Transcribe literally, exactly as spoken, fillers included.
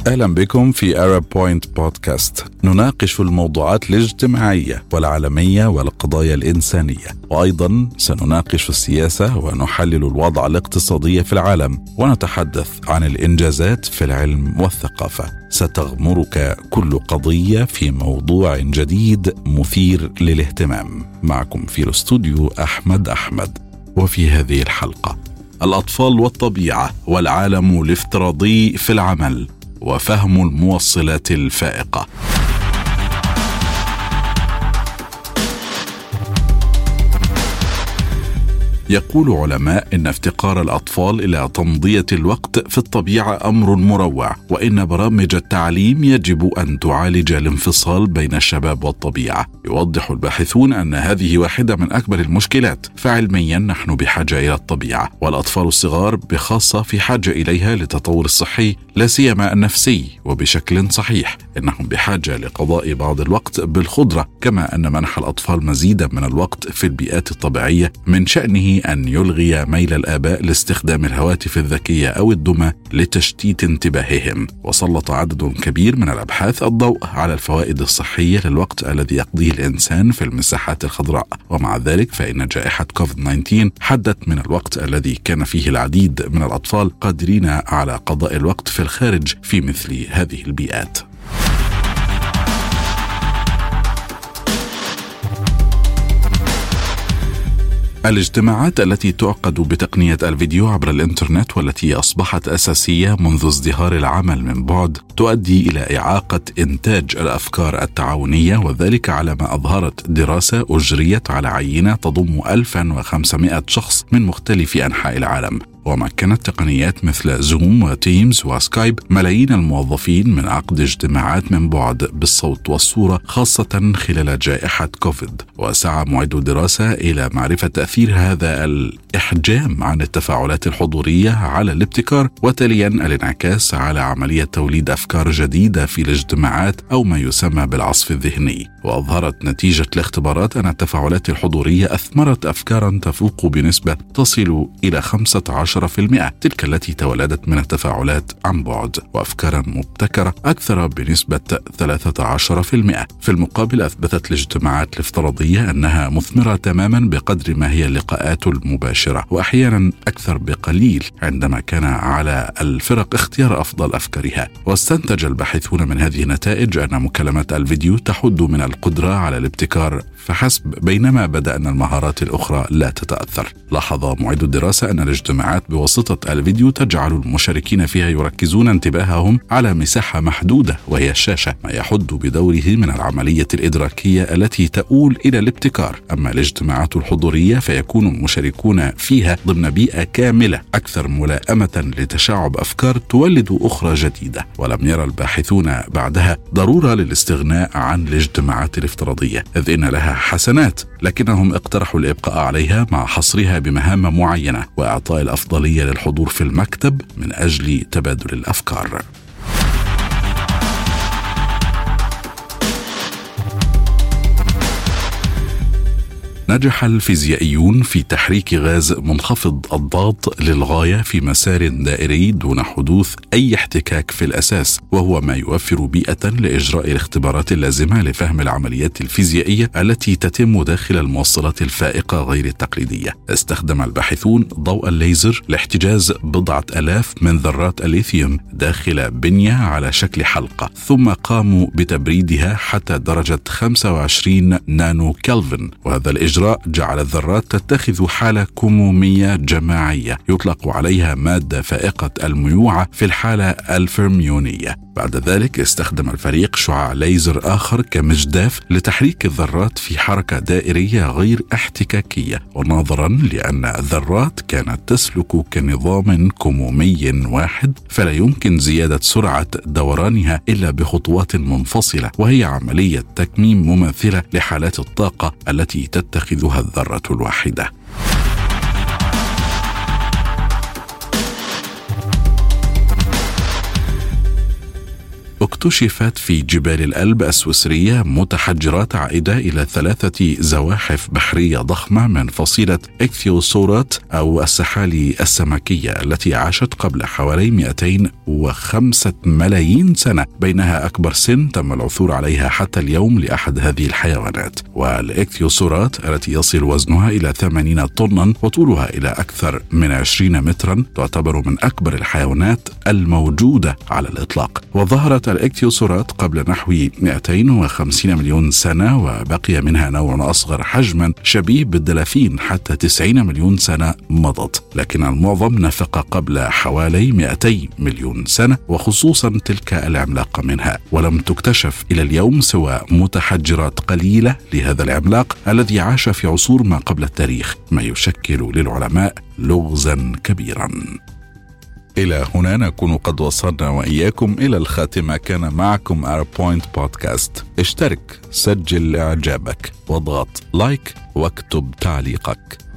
أهلا بكم في Arab Point بودكاست. نناقش الموضوعات الاجتماعية والعالمية والقضايا الإنسانية، وأيضا سنناقش السياسة ونحلل الوضع الاقتصادي في العالم، ونتحدث عن الإنجازات في العلم والثقافة. ستغمرك كل قضية في موضوع جديد مثير للاهتمام. معكم في الاستوديو أحمد أحمد. وفي هذه الحلقة الأطفال والطبيعة والعالم الافتراضي في العمل وفهم الموصلات الفائقة. يقول علماء إن افتقار الأطفال إلى تمضية الوقت في الطبيعة أمر مروع، وإن برامج التعليم يجب أن تعالج الانفصال بين الشباب والطبيعة. يوضح الباحثون أن هذه واحدة من أكبر المشكلات، فعلميا نحن بحاجة إلى الطبيعة، والأطفال الصغار بخاصة في حاجة إليها للتطور الصحي لا سيما النفسي. وبشكل صحيح إنهم بحاجة لقضاء بعض الوقت بالخضرة، كما أن منح الأطفال مزيدا من الوقت في البيئات الطبيعية من شأنه أن يلغي ميل الآباء لاستخدام الهواتف الذكية أو الدمى لتشتيت انتباههم. وسلط عدد كبير من الأبحاث الضوء على الفوائد الصحية للوقت الذي يقضيه الإنسان في المساحات الخضراء، ومع ذلك فإن جائحة كوفيد تسعة عشر حدت من الوقت الذي كان فيه العديد من الأطفال قادرين على قضاء الوقت في الخارج في مثل هذه البيئات. الاجتماعات التي تعقد بتقنية الفيديو عبر الإنترنت، والتي أصبحت أساسية منذ ازدهار العمل من بعد، تؤدي إلى إعاقة إنتاج الأفكار التعاونية، وذلك على ما أظهرت دراسة أجريت على عينة تضم ألف وخمسمائة شخص من مختلف أنحاء العالم. ومكنت تقنيات مثل زوم وتيمز وسكايب ملايين الموظفين من عقد اجتماعات من بعد بالصوت والصورة، خاصة خلال جائحة كوفيد. وسعى معد الدراسة إلى معرفة تأثير هذا الإحجام عن التفاعلات الحضورية على الابتكار، وتاليا الانعكاس على عملية توليد أفكار جديدة في الاجتماعات أو ما يسمى بالعصف الذهني. وأظهرت نتيجة الاختبارات أن التفاعلات الحضورية أثمرت أفكارا تفوق بنسبة تصل إلى خمسة عشر بالمئة تلك التي تولدت من التفاعلات عن بعد، وأفكارا مبتكرة أكثر بنسبة ثلاثة عشر بالمئة. في المقابل أثبتت الاجتماعات الافتراضية أنها مثمرة تماما بقدر ما هي اللقاءات المباشرة، وأحيانا أكثر بقليل عندما كان على الفرق اختيار أفضل أفكارها. واستنتج الباحثون من هذه النتائج أن مكالمات الفيديو تحد من القدرة على الابتكار فحسب، بينما بدأ أن المهارات الأخرى لا تتأثر. لاحظ معد الدراسة أن الاجتماعات بواسطة الفيديو تجعل المشاركين فيها يركزون انتباههم على مساحة محدودة وهي الشاشة، ما يحد بدوره من العملية الإدراكية التي تؤول إلى الابتكار. أما الاجتماعات الحضورية فيكون المشاركون فيها ضمن بيئة كاملة أكثر ملائمة لتشعب أفكار تولد أخرى جديدة. ولم يرى الباحثون بعدها ضرورة للاستغناء عن الاجتماعات الافتراضية، إذ إن لها حسنات، لكنهم اقترحوا الإبقاء عليها مع حصرها بمهام معينة وإعطاء الأفضلية للحضور في المكتب من أجل تبادل الأفكار. نجح الفيزيائيون في تحريك غاز منخفض الضغط للغاية في مسار دائري دون حدوث أي احتكاك في الأساس، وهو ما يوفر بيئة لإجراء الاختبارات اللازمة لفهم العمليات الفيزيائية التي تتم داخل الموصلات الفائقة غير التقليدية. استخدم الباحثون ضوء الليزر لاحتجاز بضعة آلاف من ذرات الليثيوم داخل بنية على شكل حلقة، ثم قاموا بتبريدها حتى درجة خمسة وعشرين نانو كلفن. وهذا الإجراء جعل الذرات تتخذ حالة كمومية جماعية يطلق عليها مادة فائقة الميوعة في الحالة الفرميونية. بعد ذلك استخدم الفريق شعاع ليزر آخر كمجداف لتحريك الذرات في حركة دائرية غير احتكاكية، ونظرا لأن الذرات كانت تسلك كنظام كمومي واحد فلا يمكن زيادة سرعة دورانها إلا بخطوات منفصلة، وهي عملية تكميم مماثلة لحالات الطاقة التي تتخذها الذرة الواحدة. اكتشفت في جبال الألب السويسرية متحجرات عائدة إلى ثلاثة زواحف بحرية ضخمة من فصيلة إكثيوسورات أو السحالي السمكية التي عاشت قبل حوالي مئتين وخمسة ملايين سنة، بينها أكبر سن تم العثور عليها حتى اليوم لأحد هذه الحيوانات. والإكثيوسورات التي يصل وزنها إلى ثمانين طنا وطولها إلى أكثر من عشرين مترا تعتبر من أكبر الحيوانات الموجودة على الإطلاق. وظهرت الإكثيوسورات قبل نحو مئتين وخمسين مليون سنة، وبقي منها نوع أصغر حجما شبيه بالدلافين حتى تسعين مليون سنة مضت، لكن المعظم نفق قبل حوالي مئتي مليون سنة، وخصوصا تلك العملاقة منها. ولم تكتشف إلى اليوم سوى متحجرات قليلة لهذا العملاق الذي عاش في عصور ما قبل التاريخ، ما يشكل للعلماء لغزا كبيرا. إلى هنا نكون قد وصلنا وإياكم إلى الخاتمة. كان معكم Arab Point بودكاست. اشترك، سجل إعجابك، واضغط لايك واكتب تعليقك.